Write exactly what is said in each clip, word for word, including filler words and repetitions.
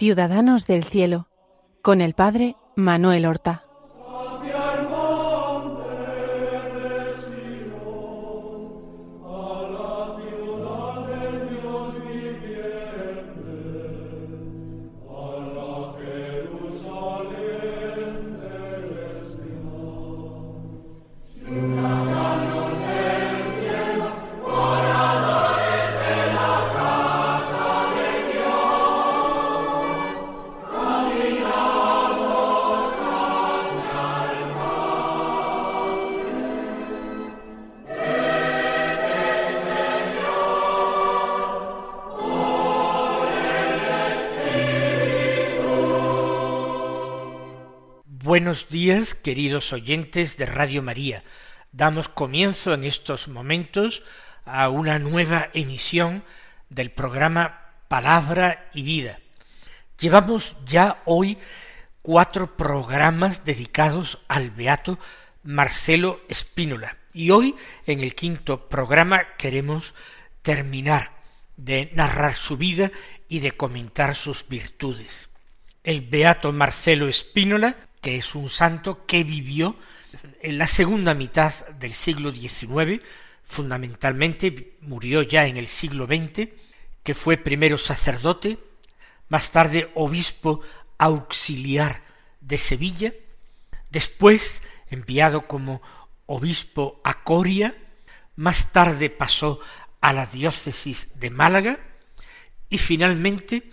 Ciudadanos del Cielo, con el Padre Manuel Horta. Buenos días, queridos oyentes de Radio María. Damos comienzo en estos momentos a una nueva emisión del programa Palabra y Vida. Llevamos ya hoy cuatro programas dedicados al beato Marcelo Spínola y hoy, en el quinto programa, queremos terminar de narrar su vida y de comentar sus virtudes. El beato Marcelo Spínola, que es un santo que vivió en la segunda mitad del siglo diecinueve, fundamentalmente murió ya en el siglo veinte, que fue primero sacerdote, más tarde obispo auxiliar de Sevilla, después enviado como obispo a Coria, más tarde pasó a la diócesis de Málaga y finalmente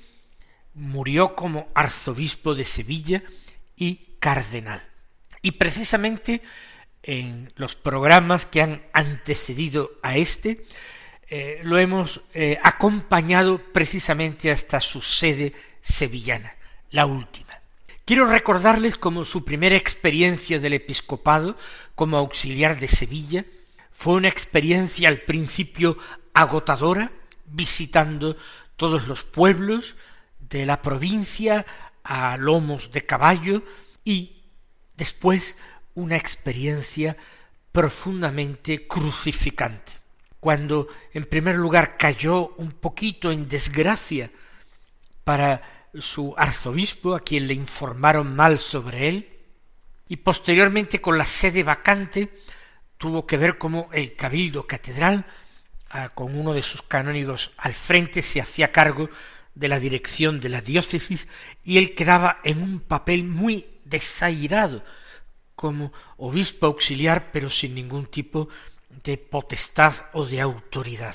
murió como arzobispo de Sevilla y cardenal. Y precisamente en los programas que han antecedido a este, eh, lo hemos eh, acompañado precisamente hasta su sede sevillana, la última. Quiero recordarles como su primera experiencia del episcopado como auxiliar de Sevilla fue una experiencia al principio agotadora, visitando todos los pueblos de la provincia a lomos de caballo, y después una experiencia profundamente crucificante. Cuando en primer lugar cayó un poquito en desgracia para su arzobispo, a quien le informaron mal sobre él, y posteriormente con la sede vacante tuvo que ver cómo el cabildo catedral, con uno de sus canónigos al frente, se hacía cargo de la dirección de la diócesis y él quedaba en un papel muy desairado como obispo auxiliar, pero sin ningún tipo de potestad o de autoridad.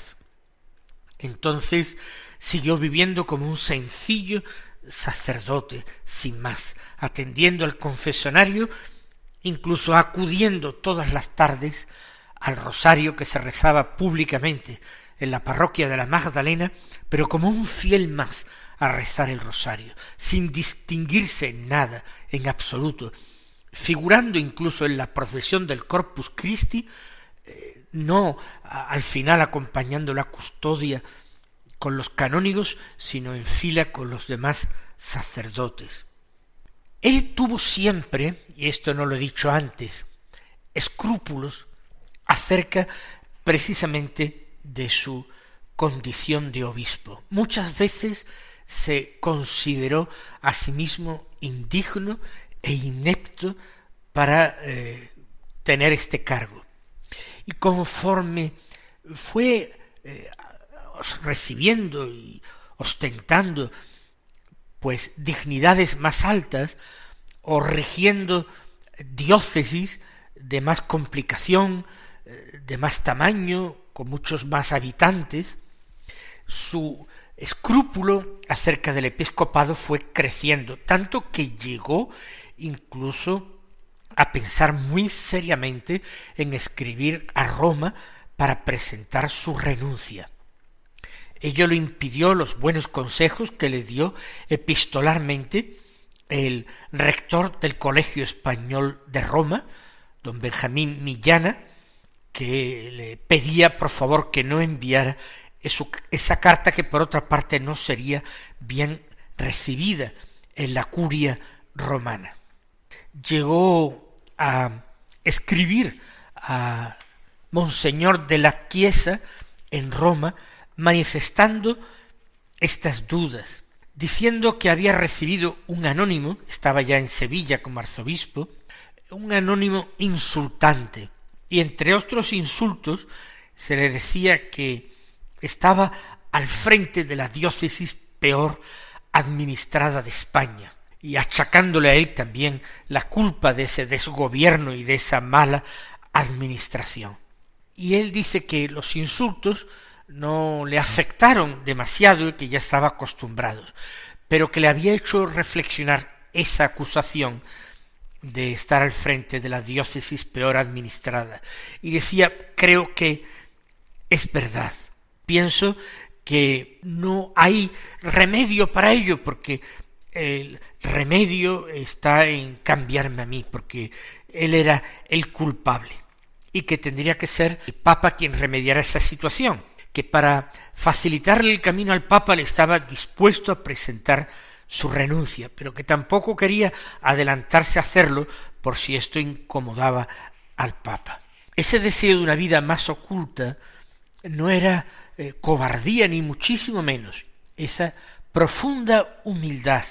Entonces siguió viviendo como un sencillo sacerdote, sin más, atendiendo al confesionario, incluso acudiendo todas las tardes al rosario que se rezaba públicamente en la parroquia de la Magdalena, pero como un fiel más a rezar el rosario, sin distinguirse en nada, en absoluto, figurando incluso en la procesión del Corpus Christi, eh, no a, al final acompañando la custodia con los canónigos, sino en fila con los demás sacerdotes. Él tuvo siempre, y esto no lo he dicho antes, escrúpulos acerca precisamente de su condición de obispo. Muchas veces se consideró a sí mismo indigno e inepto para eh, tener este cargo. Y conforme fue eh, recibiendo y ostentando pues dignidades más altas o rigiendo diócesis de más complicación, de más tamaño, con muchos más habitantes, su escrúpulo acerca del episcopado fue creciendo, tanto que llegó incluso a pensar muy seriamente en escribir a Roma para presentar su renuncia. Ello lo impidió los buenos consejos que le dio epistolarmente el rector del Colegio Español de Roma, don Benjamín Millana, que le pedía por favor que no enviara eso, esa carta que por otra parte no sería bien recibida en la curia romana. Llegó a escribir a Monseñor de la Chiesa en Roma manifestando estas dudas diciendo que había recibido un anónimo, estaba ya en Sevilla como arzobispo, un anónimo insultante, y entre otros insultos se le decía que estaba al frente de la diócesis peor administrada de España, y achacándole a él también la culpa de ese desgobierno y de esa mala administración. Y él dice que los insultos no le afectaron demasiado y que ya estaba acostumbrado, pero que le había hecho reflexionar esa acusación de estar al frente de la diócesis peor administrada. Y decía, creo que es verdad, pienso que no hay remedio para ello, porque el remedio está en cambiarme a mí, porque él era el culpable, y que tendría que ser el Papa quien remediara esa situación, que para facilitarle el camino al Papa le estaba dispuesto a presentar su renuncia, pero que tampoco quería adelantarse a hacerlo por si esto incomodaba al Papa. Ese deseo de una vida más oculta no era eh, cobardía ni muchísimo menos, esa profunda humildad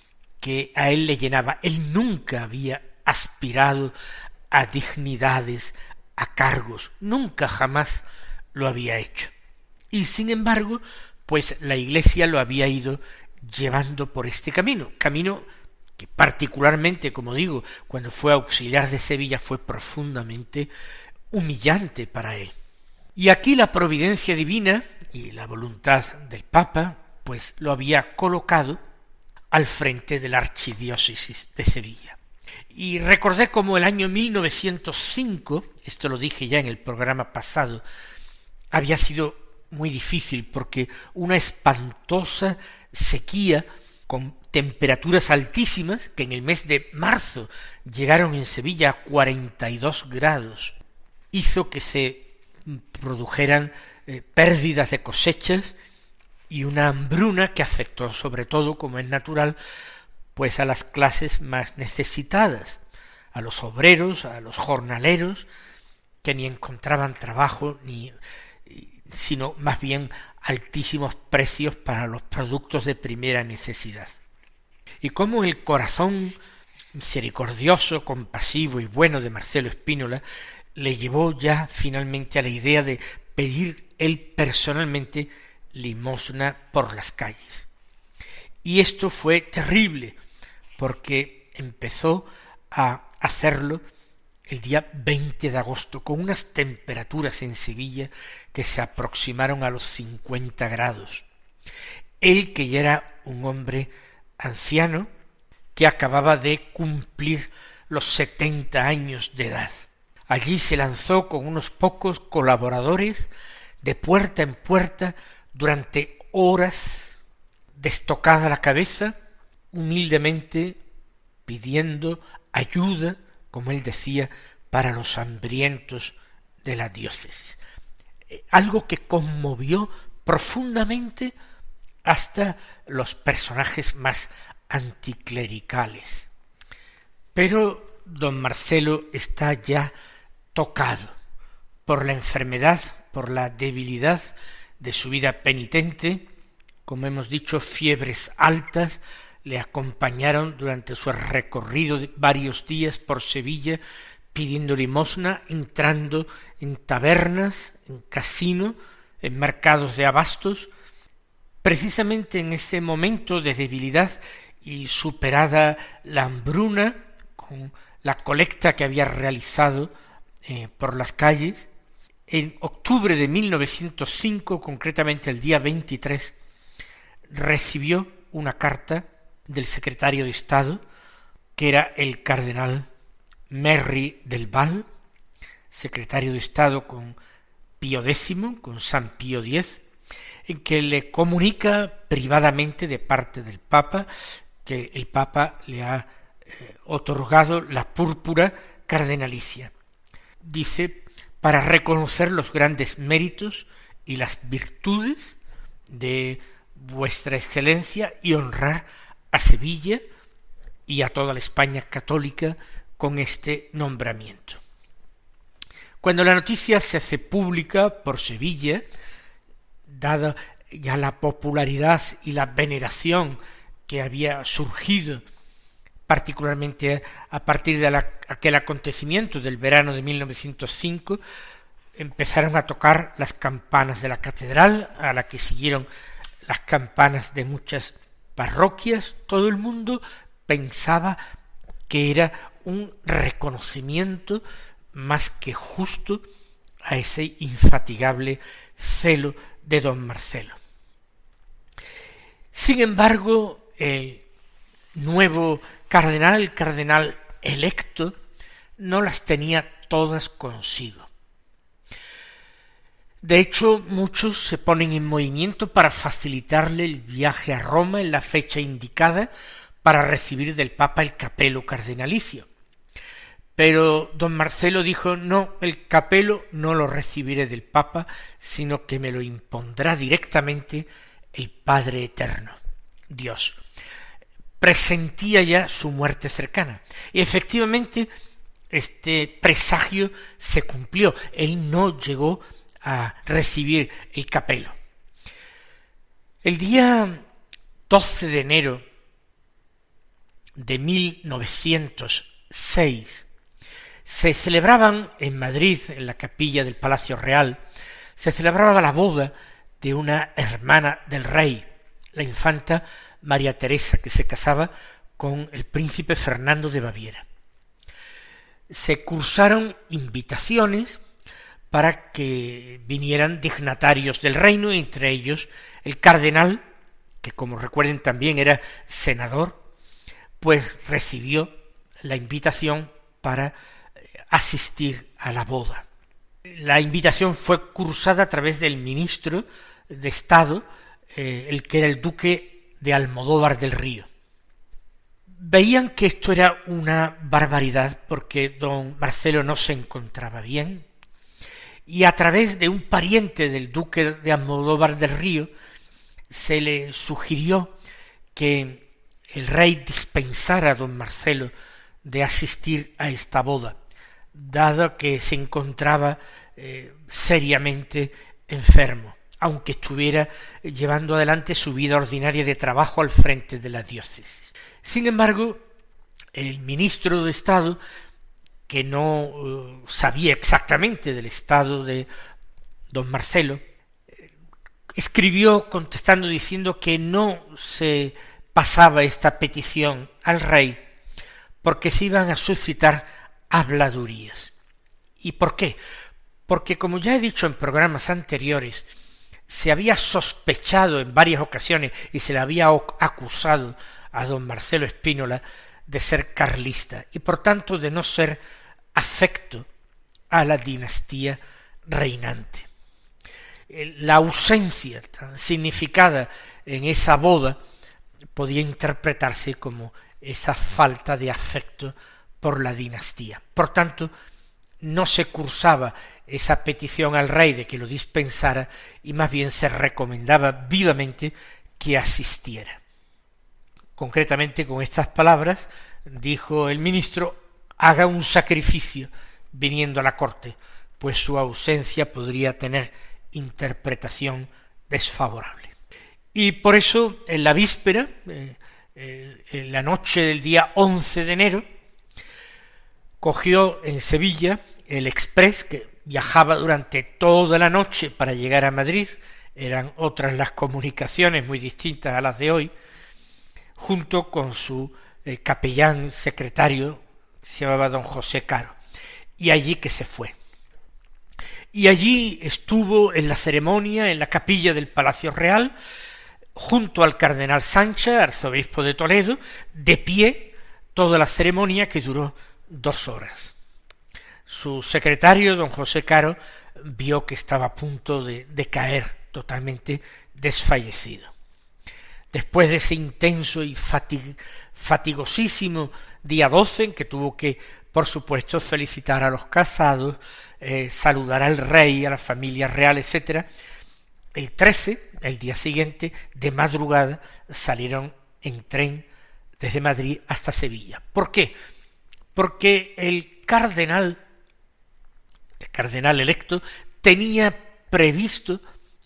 que a él le llenaba. Él nunca había aspirado a dignidades, a cargos, nunca jamás lo había hecho. Y sin embargo, pues la Iglesia lo había ido llevando por este camino, camino que particularmente, como digo, cuando fue auxiliar de Sevilla fue profundamente humillante para él. Y aquí la providencia divina y la voluntad del Papa, pues lo había colocado al frente de la archidiócesis de Sevilla. Y recordé como el año mil novecientos cinco, esto lo dije ya en el programa pasado, había sido muy difícil porque una espantosa sequía con temperaturas altísimas, que en el mes de marzo llegaron en Sevilla a cuarenta y dos grados, hizo que se produjeran eh, pérdidas de cosechas y una hambruna que afectó sobre todo, como es natural, pues a las clases más necesitadas, a los obreros, a los jornaleros, que ni encontraban trabajo, ni sino más bien altísimos precios para los productos de primera necesidad. Y cómo el corazón misericordioso, compasivo y bueno de Marcelo Spínola le llevó ya finalmente a la idea de pedir él personalmente limosna por las calles. Y esto fue terrible, porque empezó a hacerlo el día veinte de agosto, con unas temperaturas en Sevilla que se aproximaron a los cincuenta grados. Él, que ya era un hombre anciano, que acababa de cumplir los setenta años de edad. Allí se lanzó con unos pocos colaboradores de puerta en puerta durante horas, destocada la cabeza, humildemente pidiendo ayuda, como él decía, para los hambrientos de la diócesis. Algo que conmovió profundamente hasta los personajes más anticlericales. Pero don Marcelo está ya tocado por la enfermedad, por la debilidad de su vida penitente. Como hemos dicho, fiebres altas le acompañaron durante su recorrido de varios días por Sevilla, pidiendo limosna, entrando en tabernas, en casino, en mercados de abastos. Precisamente en ese momento de debilidad y superada la hambruna, con la colecta que había realizado eh, por las calles, en octubre de mil novecientos cinco, concretamente el día veintitrés, recibió una carta del secretario de Estado, que era el cardenal Merry del Val, secretario de Estado con Pío décimo, con San Pío diez, en que le comunica privadamente de parte del Papa que el Papa le ha eh, otorgado la púrpura cardenalicia. Dice, para reconocer los grandes méritos y las virtudes de vuestra excelencia y honrar a Sevilla y a toda la España católica con este nombramiento. Cuando la noticia se hace pública por Sevilla, dado ya la popularidad y la veneración que había surgido, particularmente a partir de la, aquel acontecimiento del verano de mil novecientos cinco, empezaron a tocar las campanas de la catedral, a la que siguieron las campanas de muchas parroquias. Todo el mundo pensaba que era un reconocimiento más que justo a ese infatigable celo de don Marcelo. Sin embargo, el nuevo cardenal, el cardenal electo, no las tenía todas consigo. De hecho, muchos se ponen en movimiento para facilitarle el viaje a Roma en la fecha indicada para recibir del Papa el capelo cardenalicio. Pero don Marcelo dijo: no, el capelo no lo recibiré del Papa, sino que me lo impondrá directamente el Padre Eterno, Dios. Presentía ya su muerte cercana, y efectivamente este presagio se cumplió. Él no llegó a recibir el capelo. El día doce de enero de mil novecientos seis se celebraban en Madrid, en la capilla del Palacio Real, se celebraba la boda de una hermana del rey, la infanta María Teresa, que se casaba con el príncipe Fernando de Baviera. Se cursaron invitaciones para que vinieran dignatarios del reino, entre ellos el cardenal, que como recuerden también era senador, pues recibió la invitación para asistir a la boda. La invitación fue cursada a través del ministro de Estado, eh, el que era el duque de Almodóvar del Río. Veían que esto era una barbaridad porque don Marcelo no se encontraba bien, y a través de un pariente del duque de Almodóvar del Río se le sugirió que el rey dispensara a don Marcelo de asistir a esta boda, dado que se encontraba eh, seriamente enfermo, aunque estuviera llevando adelante su vida ordinaria de trabajo al frente de la diócesis. Sin embargo, el ministro de Estado, que no uh, sabía exactamente del estado de don Marcelo, eh, escribió contestando diciendo que no se pasaba esta petición al rey porque se iban a suscitar habladurías. ¿Y por qué? Porque, como ya he dicho en programas anteriores, se había sospechado en varias ocasiones y se le había acusado a don Marcelo Spínola de ser carlista y por tanto de no ser afecto a la dinastía reinante. La ausencia tan significada en esa boda podía interpretarse como esa falta de afecto por la dinastía. Por tanto, no se cursaba esa petición al rey de que lo dispensara y más bien se recomendaba vivamente que asistiera. Concretamente, con estas palabras dijo el ministro: haga un sacrificio viniendo a la corte, pues su ausencia podría tener interpretación desfavorable. Y por eso, en la víspera, eh, eh, en la noche del día once de enero, cogió en Sevilla el exprés que viajaba durante toda la noche para llegar a Madrid. Eran otras las comunicaciones muy distintas a las de hoy, junto con su eh, capellán secretario, se llamaba don José Caro, y allí que se fue. Y allí estuvo en la ceremonia, en la capilla del Palacio Real, junto al cardenal Sancha, arzobispo de Toledo, de pie, toda la ceremonia que duró dos horas. Su secretario, don José Caro, vio que estaba a punto de, de caer totalmente desfallecido. Después de ese intenso y fatig- fatigosísimo día doce, en que tuvo que, por supuesto, felicitar a los casados, eh, saludar al rey, a la familia real, etcétera, el trece, el día siguiente, de madrugada, salieron en tren desde Madrid hasta Sevilla. ¿Por qué? Porque el cardenal, el cardenal electo, tenía previsto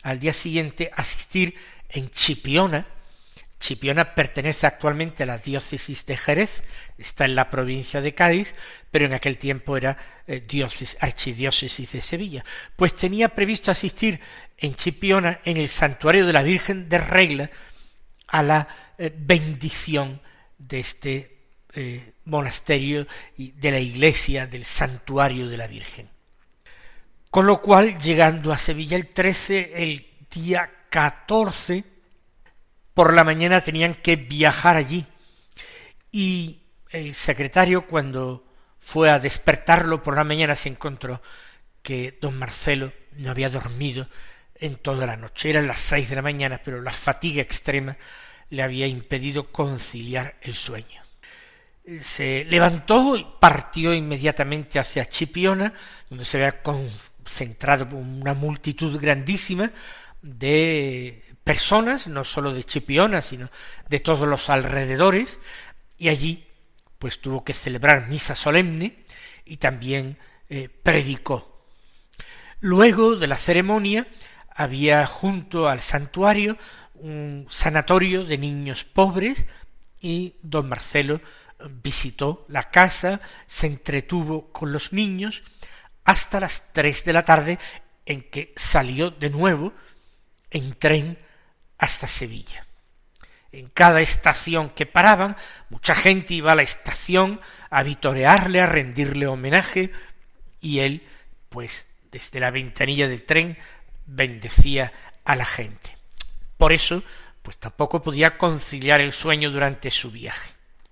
al día siguiente asistir en Chipiona. Chipiona pertenece actualmente a la diócesis de Jerez, está en la provincia de Cádiz, pero en aquel tiempo era eh, diócesis, archidiócesis de Sevilla. Pues tenía previsto asistir en Chipiona, en el santuario de la Virgen de Regla, a la eh, bendición de este eh, monasterio y de la iglesia del santuario de la Virgen. Con lo cual, llegando a Sevilla el trece, el día catorce, por la mañana tenían que viajar allí, y el secretario, cuando fue a despertarlo por la mañana, se encontró que don Marcelo no había dormido en toda la noche. Eran las seis de la mañana, pero la fatiga extrema le había impedido conciliar el sueño. Se levantó y partió inmediatamente hacia Chipiona, donde se había concentrado una multitud grandísima de personas, no sólo de Chipiona, sino de todos los alrededores, y allí pues tuvo que celebrar misa solemne y también eh, predicó. Luego de la ceremonia había junto al santuario un sanatorio de niños pobres, y don Marcelo visitó la casa, se entretuvo con los niños hasta las tres de la tarde, en que salió de nuevo en tren hasta Sevilla. En cada estación que paraban, mucha gente iba a la estación a vitorearle, a rendirle homenaje, y él, pues, desde la ventanilla del tren, bendecía a la gente. Por eso, pues tampoco podía conciliar el sueño durante su viaje.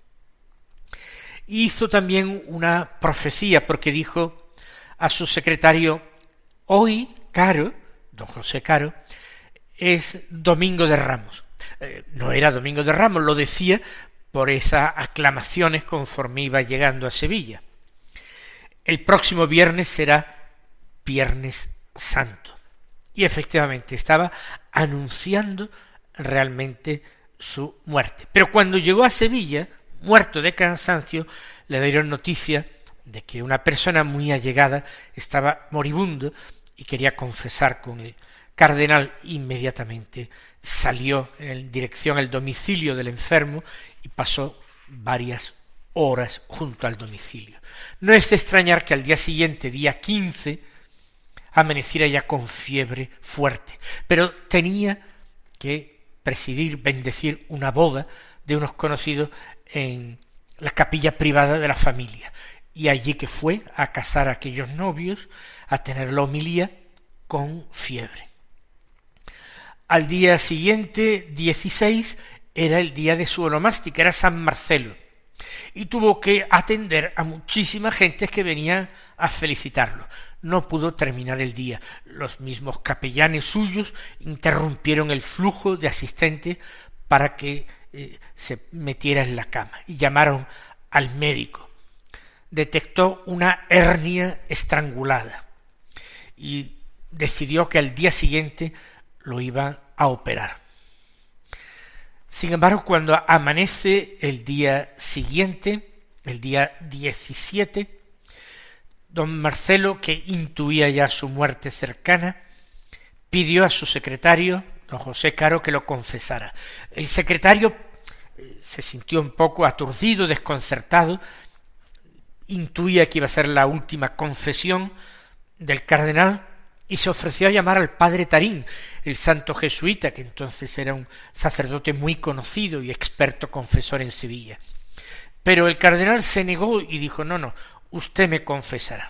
Hizo también una profecía, porque dijo a su secretario: hoy, Caro, don José Caro, es Domingo de Ramos. Eh, no era Domingo de Ramos, lo decía por esas aclamaciones conforme iba llegando a Sevilla. El próximo viernes será Viernes Santo. Y efectivamente estaba anunciando realmente su muerte. Pero cuando llegó a Sevilla, muerto de cansancio, le dieron noticia de que una persona muy allegada estaba moribundo y quería confesar con él. Cardenal inmediatamente salió en dirección al domicilio del enfermo y pasó varias horas junto al domicilio. No es de extrañar que al día siguiente, día quince, amaneciera ya con fiebre fuerte, pero tenía que presidir, bendecir una boda de unos conocidos en la capilla privada de la familia, y allí que fue a casar a aquellos novios, a tener la homilía con fiebre. Al día siguiente, dieciséis, era el día de su onomástica, era San Marcelo, y tuvo que atender a muchísima gente que venía a felicitarlo. No pudo terminar el día. Los mismos capellanes suyos interrumpieron el flujo de asistentes para que eh, se metiera en la cama, y llamaron al médico. Detectó una hernia estrangulada y decidió que al día siguiente lo iba a operar. Sin embargo, cuando amanece el día siguiente, el día diecisiete, don Marcelo, que intuía ya su muerte cercana, pidió a su secretario, don José Caro, que lo confesara. El secretario se sintió un poco aturdido, desconcertado, intuía que iba a ser la última confesión del cardenal, y se ofreció a llamar al padre Tarín, el santo jesuita, que entonces era un sacerdote muy conocido y experto confesor en Sevilla. Pero el cardenal se negó y dijo: no, no, usted me confesará.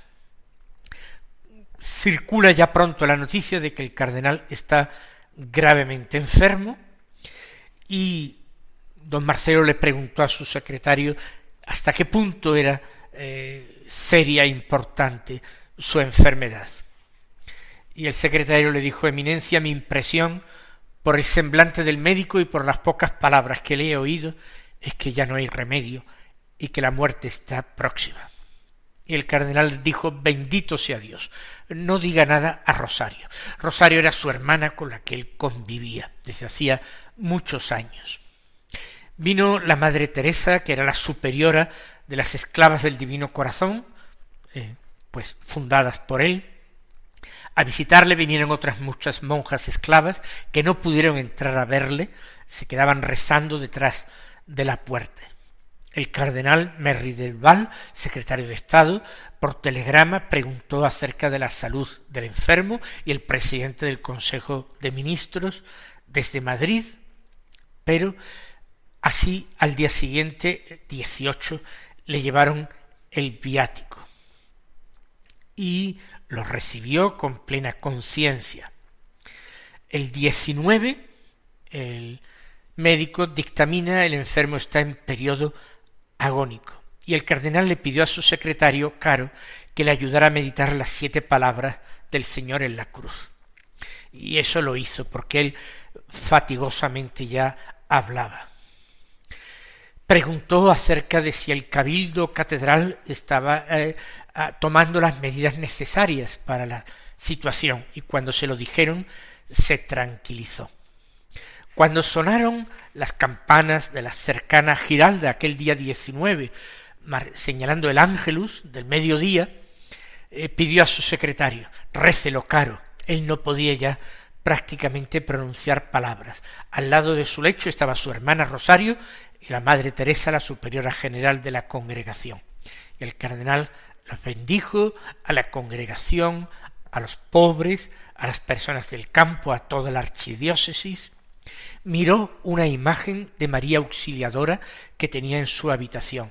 Circula ya pronto la noticia de que el cardenal está gravemente enfermo, y don Marcelo le preguntó a su secretario hasta qué punto era eh, seria e importante su enfermedad. Y el secretario le dijo: Eminencia, mi impresión, por el semblante del médico y por las pocas palabras que le he oído, es que ya no hay remedio y que la muerte está próxima. Y el cardenal dijo: bendito sea Dios, no diga nada a Rosario. Rosario era su hermana con la que él convivía desde hacía muchos años. Vino la Madre Teresa, que era la superiora de las esclavas del Divino Corazón, eh, pues fundadas por él. A visitarle vinieron otras muchas monjas esclavas que no pudieron entrar a verle, se quedaban rezando detrás de la puerta. El cardenal Merry del Val, secretario de Estado, por telegrama preguntó acerca de la salud del enfermo y el presidente del Consejo de Ministros desde Madrid, pero así al día siguiente, dieciocho, le llevaron el viático y lo recibió con plena conciencia. El diecinueve, el médico dictamina el enfermo está en periodo agónico, y el cardenal le pidió a su secretario Caro que le ayudara a meditar las siete palabras del Señor en la cruz. Y eso lo hizo, porque él fatigosamente ya hablaba. Preguntó acerca de si el cabildo catedral estaba eh, tomando las medidas necesarias para la situación, y cuando se lo dijeron, se tranquilizó. Cuando sonaron las campanas de la cercana Giralda aquel día diecinueve, señalando el ángelus del mediodía, eh, pidió a su secretario, récelo Caro. Él no podía ya prácticamente pronunciar palabras. Al lado de su lecho estaba su hermana Rosario y la Madre Teresa, la superiora general de la congregación. Y el cardenal los bendijo a la congregación, a los pobres, a las personas del campo, a toda la archidiócesis. Miró una imagen de María Auxiliadora que tenía en su habitación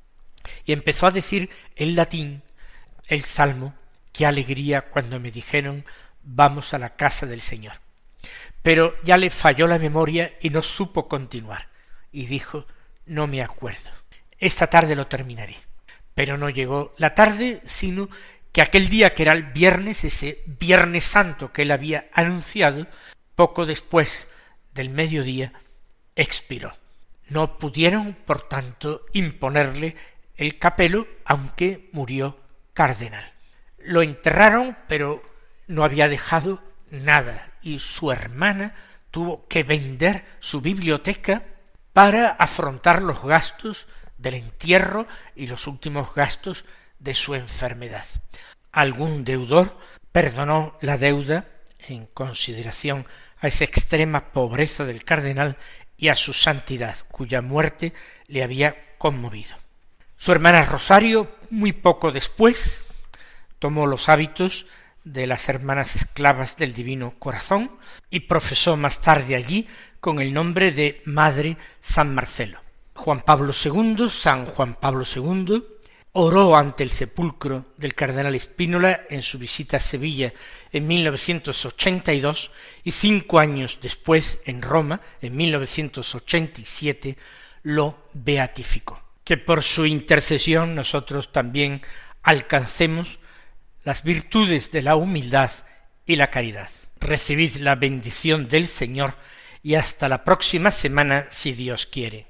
y empezó a decir en latín el salmo «Qué alegría cuando me dijeron vamos a la casa del Señor». Pero ya le falló la memoria y no supo continuar, y dijo «No me acuerdo, esta tarde lo terminaré». Pero no llegó la tarde, sino que aquel día que era el viernes, ese Viernes Santo que él había anunciado, poco después del mediodía, expiró. No pudieron, por tanto, imponerle el capelo, aunque murió cardenal. Lo enterraron, pero no había dejado nada, y su hermana tuvo que vender su biblioteca para afrontar los gastos del entierro y los últimos gastos de su enfermedad. Algún deudor perdonó la deuda en consideración a esa extrema pobreza del cardenal y a su santidad, cuya muerte le había conmovido. Su hermana Rosario, muy poco después, tomó los hábitos de las hermanas esclavas del Divino Corazón y profesó más tarde allí con el nombre de Madre San Marcelo. Juan Pablo segundo, San Juan Pablo segundo, oró ante el sepulcro del cardenal Spínola en su visita a Sevilla en mil novecientos ochenta y dos, y cinco años después en Roma, en mil novecientos ochenta y siete, lo beatificó. Que por su intercesión nosotros también alcancemos las virtudes de la humildad y la caridad. Recibid la bendición del Señor y hasta la próxima semana, si Dios quiere.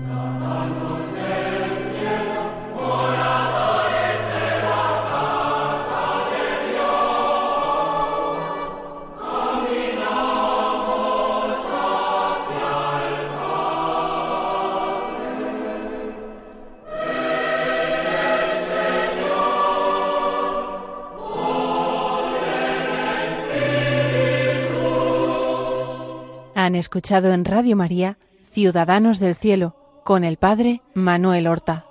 Han escuchado en Radio María Ciudadanos del Cielo con el Padre Manuel Horta.